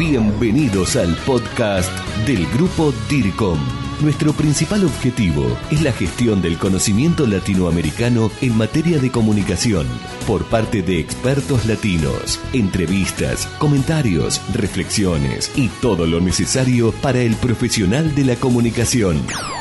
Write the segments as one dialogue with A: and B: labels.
A: Bienvenidos al podcast del Grupo DIRCOM. Nuestro principal objetivo es la gestión del conocimiento latinoamericano en materia de comunicación por parte de expertos latinos, entrevistas, comentarios, reflexiones y todo lo necesario para el profesional de la comunicación.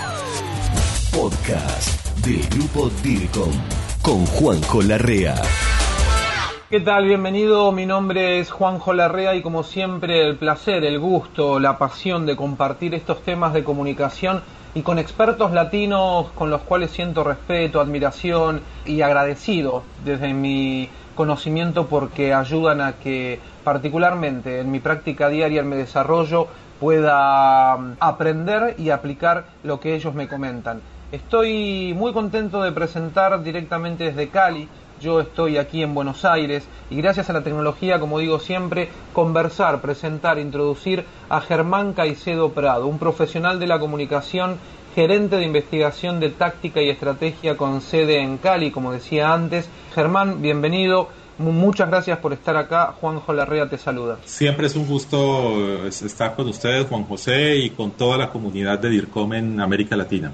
A: Podcast del Grupo DIRCOM con Juanjo Larrea.
B: ¿Qué tal? Bienvenido, mi nombre es Juanjo Larrea y como siempre el placer, el gusto, la pasión de compartir estos temas de comunicación y con expertos latinos con los cuales siento respeto, admiración y agradecido desde mi conocimiento porque ayudan a que particularmente en mi práctica diaria, en mi desarrollo, pueda aprender y aplicar lo que ellos me comentan. Estoy muy contento de presentar directamente desde Cali. Yo estoy aquí en Buenos Aires y gracias a la tecnología, como digo siempre, conversar, presentar, introducir a Germán Caicedo Prado, un profesional de la comunicación, gerente de investigación de táctica y estrategia con sede en Cali, como decía antes. Germán, bienvenido. Muchas gracias por estar acá. Juanjo Larrea te saluda.
C: Siempre es un gusto estar con ustedes, Juan José, y con toda la comunidad de DIRCOM en América Latina.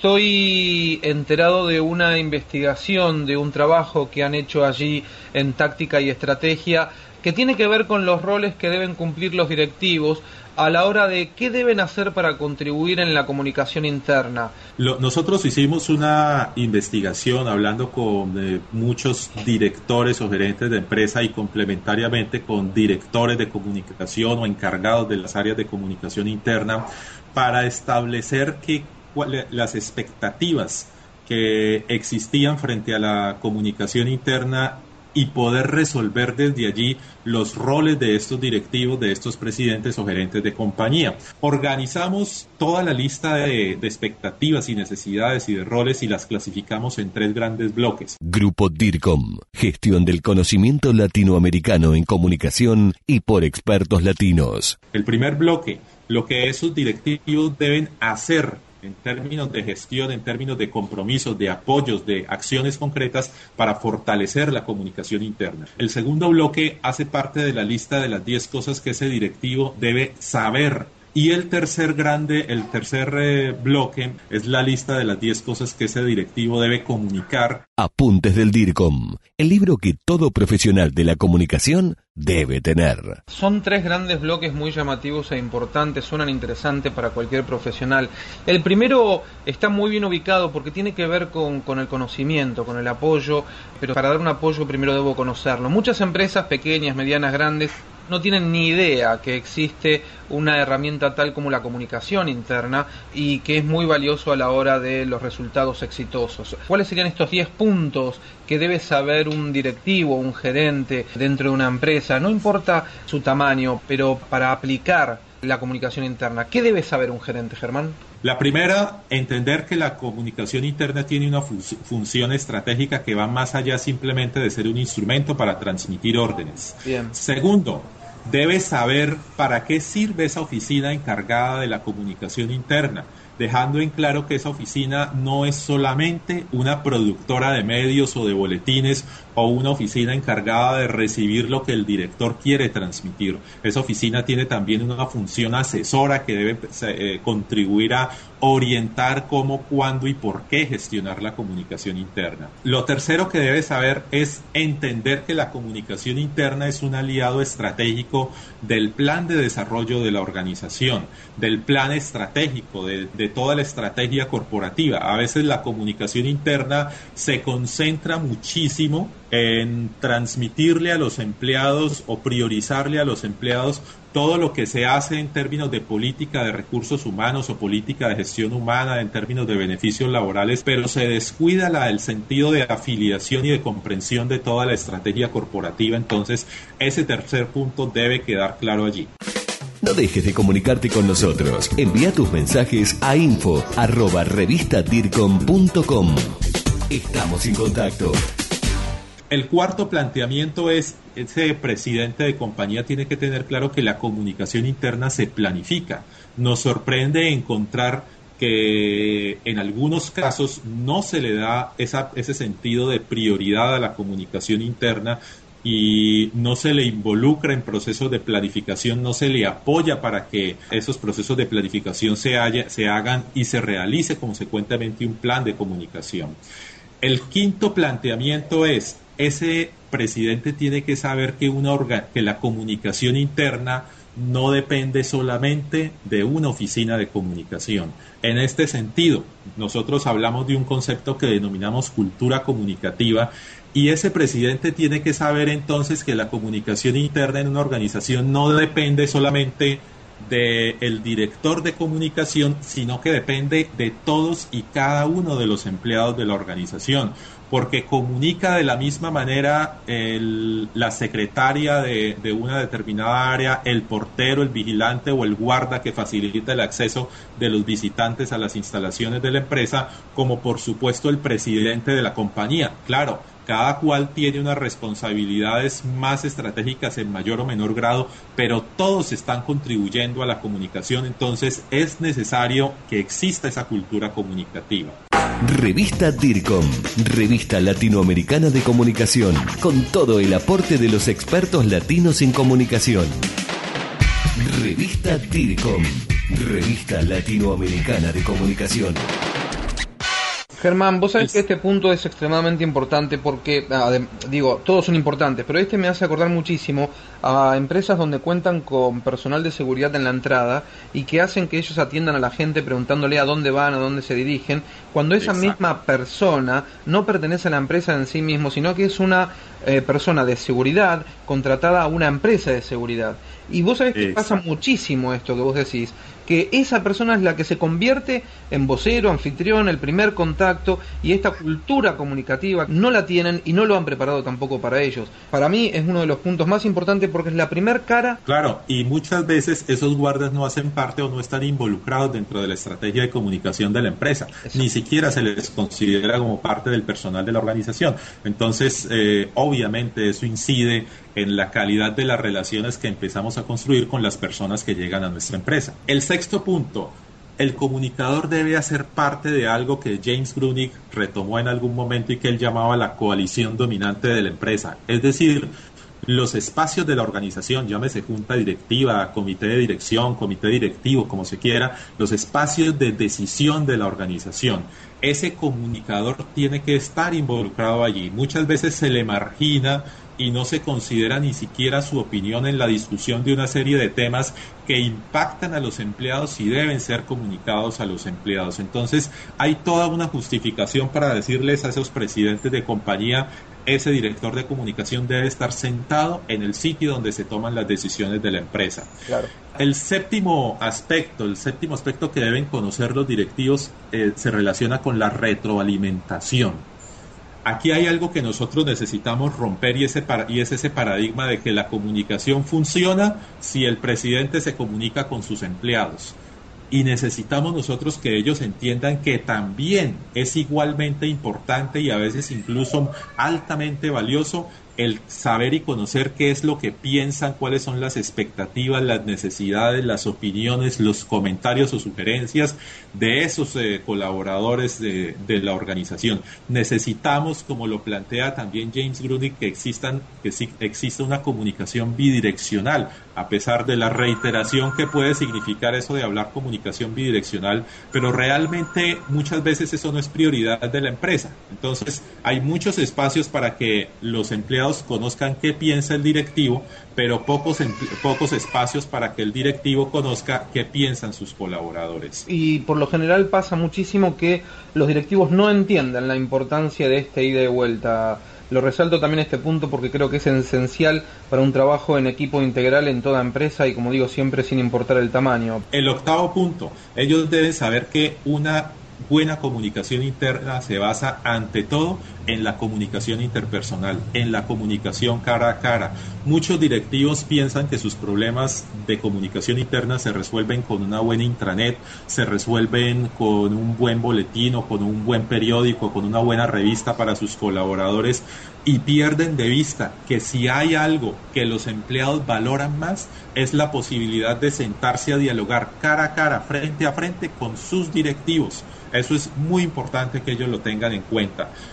B: Estoy enterado de una investigación, de un trabajo que han hecho allí en táctica y estrategia, que tiene que ver con los roles que deben cumplir los directivos a la hora de qué deben hacer para contribuir en la comunicación interna.
C: Nosotros hicimos una investigación hablando con muchos directores o gerentes de empresa y complementariamente con directores de comunicación o encargados de las áreas de comunicación interna para establecer las expectativas que existían frente a la comunicación interna y poder resolver desde allí los roles de estos directivos, de estos presidentes o gerentes de compañía. Organizamos toda la lista de expectativas y necesidades y de roles y las clasificamos en 3 grandes bloques.
A: Grupo DIRCOM, gestión del conocimiento latinoamericano en comunicación y por expertos latinos.
C: El primer bloque, lo que esos directivos deben hacer en términos de gestión, en términos de compromisos, de apoyos, de acciones concretas para fortalecer la comunicación interna. El segundo bloque hace parte de la lista de las 10 cosas que ese directivo debe saber. Y el tercer bloque es la lista de las 10 cosas que ese directivo debe comunicar.
A: Apuntes del DIRCOM, el libro que todo profesional de la comunicación debe tener.
B: Son 3 grandes bloques muy llamativos e importantes, suenan interesantes para cualquier profesional. El primero está muy bien ubicado porque tiene que ver con el conocimiento, con el apoyo, pero para dar un apoyo primero debo conocerlo. Muchas empresas pequeñas, medianas, grandes, no tienen ni idea que existe una herramienta tal como la comunicación interna y que es muy valioso a la hora de los resultados exitosos. ¿Cuáles serían estos 10 puntos que debe saber un directivo, un gerente dentro de una empresa? No importa su tamaño, pero para aplicar la comunicación interna, ¿qué debe saber un gerente, Germán?
C: La primera, entender que la comunicación interna tiene una función estratégica que va más allá simplemente de ser un instrumento para transmitir órdenes.
B: Bien.
C: Segundo, debe saber para qué sirve esa oficina encargada de la comunicación interna, dejando en claro que esa oficina no es solamente una productora de medios o de boletines o una oficina encargada de recibir lo que el director quiere transmitir. Esa oficina tiene también una función asesora que debe contribuir a orientar cómo, cuándo y por qué gestionar la comunicación interna. Lo tercero que debe saber es entender que la comunicación interna es un aliado estratégico del plan de desarrollo de la organización, del plan estratégico, de toda la estrategia corporativa. A veces la comunicación interna se concentra muchísimo en transmitirle a los empleados o priorizarle a los empleados todo lo que se hace en términos de política de recursos humanos o política de gestión humana, en términos de beneficios laborales, pero se descuida el sentido de afiliación y de comprensión de toda la estrategia corporativa. Entonces, ese tercer punto debe quedar claro allí.
A: No dejes de comunicarte con nosotros. Envía tus mensajes a info@revistadircom.com. Estamos en contacto.
C: El cuarto planteamiento es, ese presidente de compañía tiene que tener claro que la comunicación interna se planifica. Nos sorprende encontrar que en algunos casos no se le da ese sentido de prioridad a la comunicación interna y no se le involucra en procesos de planificación, no se le apoya para que esos procesos de planificación se hagan y se realice consecuentemente un plan de comunicación. El quinto planteamiento es, ese presidente tiene que saber que la comunicación interna no depende solamente de una oficina de comunicación. En este sentido, nosotros hablamos de un concepto que denominamos cultura comunicativa, y ese presidente tiene que saber entonces que la comunicación interna en una organización no depende solamente del director de comunicación, sino que depende de todos y cada uno de los empleados de la organización, porque comunica de la misma manera la secretaria de una determinada área, el portero, el vigilante o el guarda que facilita el acceso de los visitantes a las instalaciones de la empresa, como por supuesto el presidente de la compañía. Claro, cada cual tiene unas responsabilidades más estratégicas en mayor o menor grado, pero todos están contribuyendo a la comunicación, entonces es necesario que exista esa cultura comunicativa.
A: Revista DIRCOM, revista latinoamericana de comunicación, con todo el aporte de los expertos latinos en comunicación. Revista DIRCOM, revista latinoamericana de comunicación.
B: Germán, vos sabés que este punto es extremadamente importante porque, todos son importantes, pero este me hace acordar muchísimo a empresas donde cuentan con personal de seguridad en la entrada y que hacen que ellos atiendan a la gente preguntándole a dónde van, a dónde se dirigen, cuando esa misma persona no pertenece a la empresa en sí mismo, sino que es una persona de seguridad contratada a una empresa de seguridad. Y vos sabés que pasa muchísimo esto que vos decís, que esa persona es la que se convierte en vocero, anfitrión, el primer contacto, y esta cultura comunicativa no la tienen y no lo han preparado tampoco para ellos. Para mí es uno de los puntos más importantes porque es la primer cara.
C: Claro, y muchas veces esos guardas no hacen parte o no están involucrados dentro de la estrategia de comunicación de la empresa. Exacto. Ni siquiera se les considera como parte del personal de la organización. Entonces, obviamente eso incide en la calidad de las relaciones que empezamos a construir con las personas que llegan a nuestra empresa. El sexto punto, el comunicador debe hacer parte de algo que James Grunig retomó en algún momento y que él llamaba la coalición dominante de la empresa. Es decir, los espacios de la organización, llámese junta directiva, comité de dirección, comité directivo, como se quiera, los espacios de decisión de la organización. Ese comunicador tiene que estar involucrado allí. Muchas veces se le margina y no se considera ni siquiera su opinión en la discusión de una serie de temas que impactan a los empleados y deben ser comunicados a los empleados. Entonces, hay toda una justificación para decirles a esos presidentes de compañía, ese director de comunicación debe estar sentado en el sitio donde se toman las decisiones de la empresa.
B: Claro.
C: El séptimo aspecto que deben conocer los directivos se relaciona con la retroalimentación. Aquí hay algo que nosotros necesitamos romper y es ese paradigma de que la comunicación funciona si el presidente se comunica con sus empleados. Y necesitamos nosotros que ellos entiendan que también es igualmente importante y a veces incluso altamente valioso el saber y conocer qué es lo que piensan, cuáles son las expectativas, las necesidades, las opiniones, los comentarios o sugerencias de esos colaboradores de la organización. Necesitamos, como lo plantea también James Grunig, que exista una comunicación bidireccional, a pesar de la reiteración que puede significar eso de hablar comunicación bidireccional, pero realmente muchas veces eso no es prioridad de la empresa. Entonces, hay muchos espacios para que los empleados conozcan qué piensa el directivo, pero pocos espacios para que el directivo conozca qué piensan sus colaboradores.
B: Y por lo general pasa muchísimo que los directivos no entienden la importancia de esta ida y vuelta. Lo resalto también este punto porque creo que es esencial para un trabajo en equipo integral en toda empresa y, como digo, siempre sin importar el tamaño.
C: El octavo punto, ellos deben saber que una buena comunicación interna se basa ante todo en la comunicación interpersonal, en la comunicación cara a cara. Muchos directivos piensan que sus problemas de comunicación interna se resuelven con una buena intranet, se resuelven con un buen boletín o con un buen periódico, con una buena revista para sus colaboradores, y pierden de vista que si hay algo que los empleados valoran más es la posibilidad de sentarse a dialogar cara a cara, frente a frente con sus directivos. Eso es muy importante que ellos lo tengan en cuenta.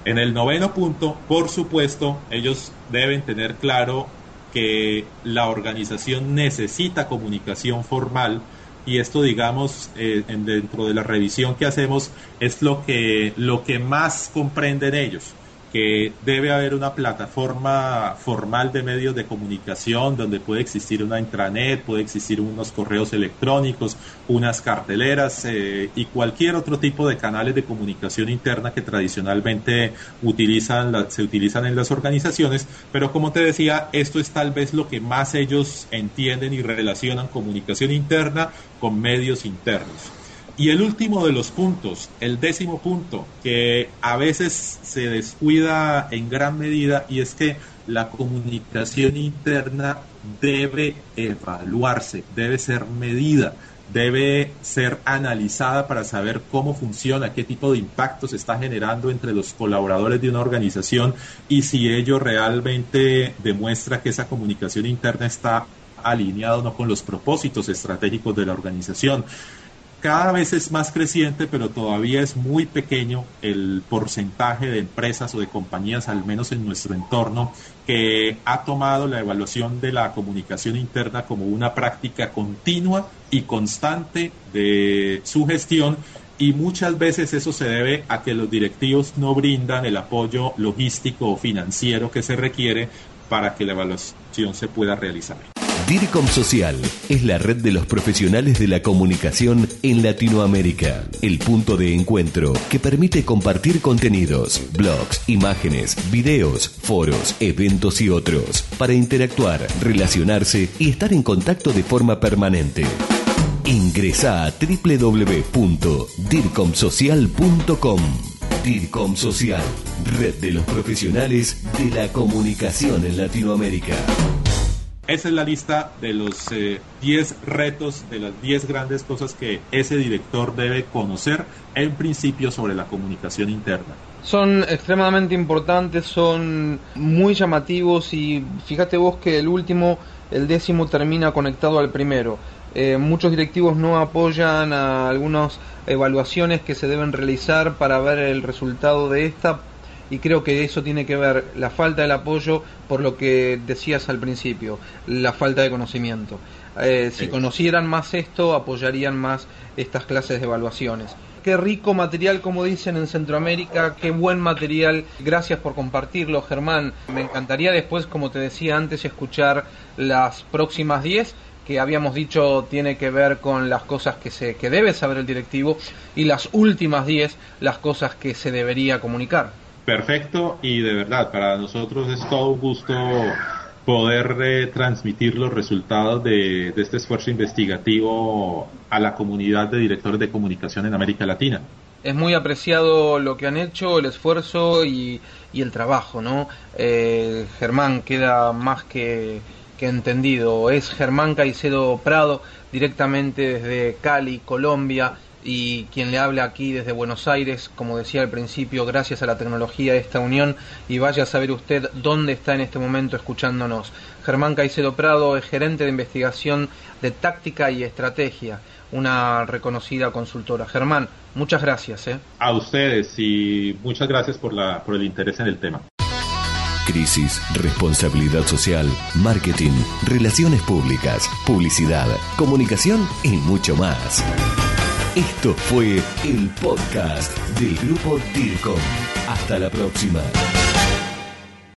C: En el 9º punto, por supuesto, ellos deben tener claro que la organización necesita comunicación formal, y esto, digamos, dentro de la revisión que hacemos, es lo que más comprenden ellos, que debe haber una plataforma formal de medios de comunicación donde puede existir una intranet, puede existir unos correos electrónicos, unas carteleras y cualquier otro tipo de canales de comunicación interna que tradicionalmente se utilizan en las organizaciones, pero como te decía, esto es tal vez lo que más ellos entienden y relacionan comunicación interna con medios internos. Y el último de los puntos, el 10º punto, que a veces se descuida en gran medida, y es que la comunicación interna debe evaluarse, debe ser medida, debe ser analizada para saber cómo funciona, qué tipo de impacto se está generando entre los colaboradores de una organización y si ello realmente demuestra que esa comunicación interna está alineada o no con los propósitos estratégicos de la organización. Cada vez es más creciente, pero todavía es muy pequeño el porcentaje de empresas o de compañías, al menos en nuestro entorno, que ha tomado la evaluación de la comunicación interna como una práctica continua y constante de su gestión, y muchas veces eso se debe a que los directivos no brindan el apoyo logístico o financiero que se requiere para que la evaluación se pueda realizar.
A: DIRCOM Social es la red de los profesionales de la comunicación en Latinoamérica, el punto de encuentro que permite compartir contenidos, blogs, imágenes, videos, foros, eventos y otros, para interactuar, relacionarse y estar en contacto de forma permanente. Ingresa a www.dircomsocial.com. DIRCOM Social, red de los profesionales de la comunicación en Latinoamérica.
C: Esa es la lista de los 10 retos, de las 10 grandes cosas que ese director debe conocer en principio sobre la comunicación interna.
B: Son extremadamente importantes, son muy llamativos, y fíjate vos que el 10º, termina conectado al primero. Muchos directivos no apoyan a algunas evaluaciones que se deben realizar para ver el resultado de esta, y creo que eso tiene que ver la falta del apoyo por lo que decías al principio, la falta de conocimiento. Si conocieran más esto, apoyarían más estas clases de evaluaciones. Qué rico material, como dicen en Centroamérica, qué buen material. Gracias por compartirlo, Germán. Me encantaría después, como te decía antes, escuchar las próximas 10, que habíamos dicho tiene que ver con las cosas que debe saber el directivo, y las últimas 10, las cosas que se debería comunicar.
C: Perfecto, y de verdad, para nosotros es todo un gusto poder transmitir los resultados de este esfuerzo investigativo a la comunidad de directores de comunicación en América Latina.
B: Es muy apreciado lo que han hecho, el esfuerzo y el trabajo, ¿no? Germán, queda más que entendido. Es Germán Caicedo Prado, directamente desde Cali, Colombia, y quien le habla aquí desde Buenos Aires, como decía al principio, gracias a la tecnología de esta unión, y vaya a saber usted dónde está en este momento escuchándonos. Germán Caicedo Prado es gerente de investigación de táctica y estrategia, una reconocida consultora. Germán, muchas gracias.
C: A ustedes, y muchas gracias por el interés en el tema.
A: Crisis, responsabilidad social, marketing, relaciones públicas, publicidad, comunicación y mucho más. Esto fue el podcast del Grupo DIRCOM. Hasta la próxima.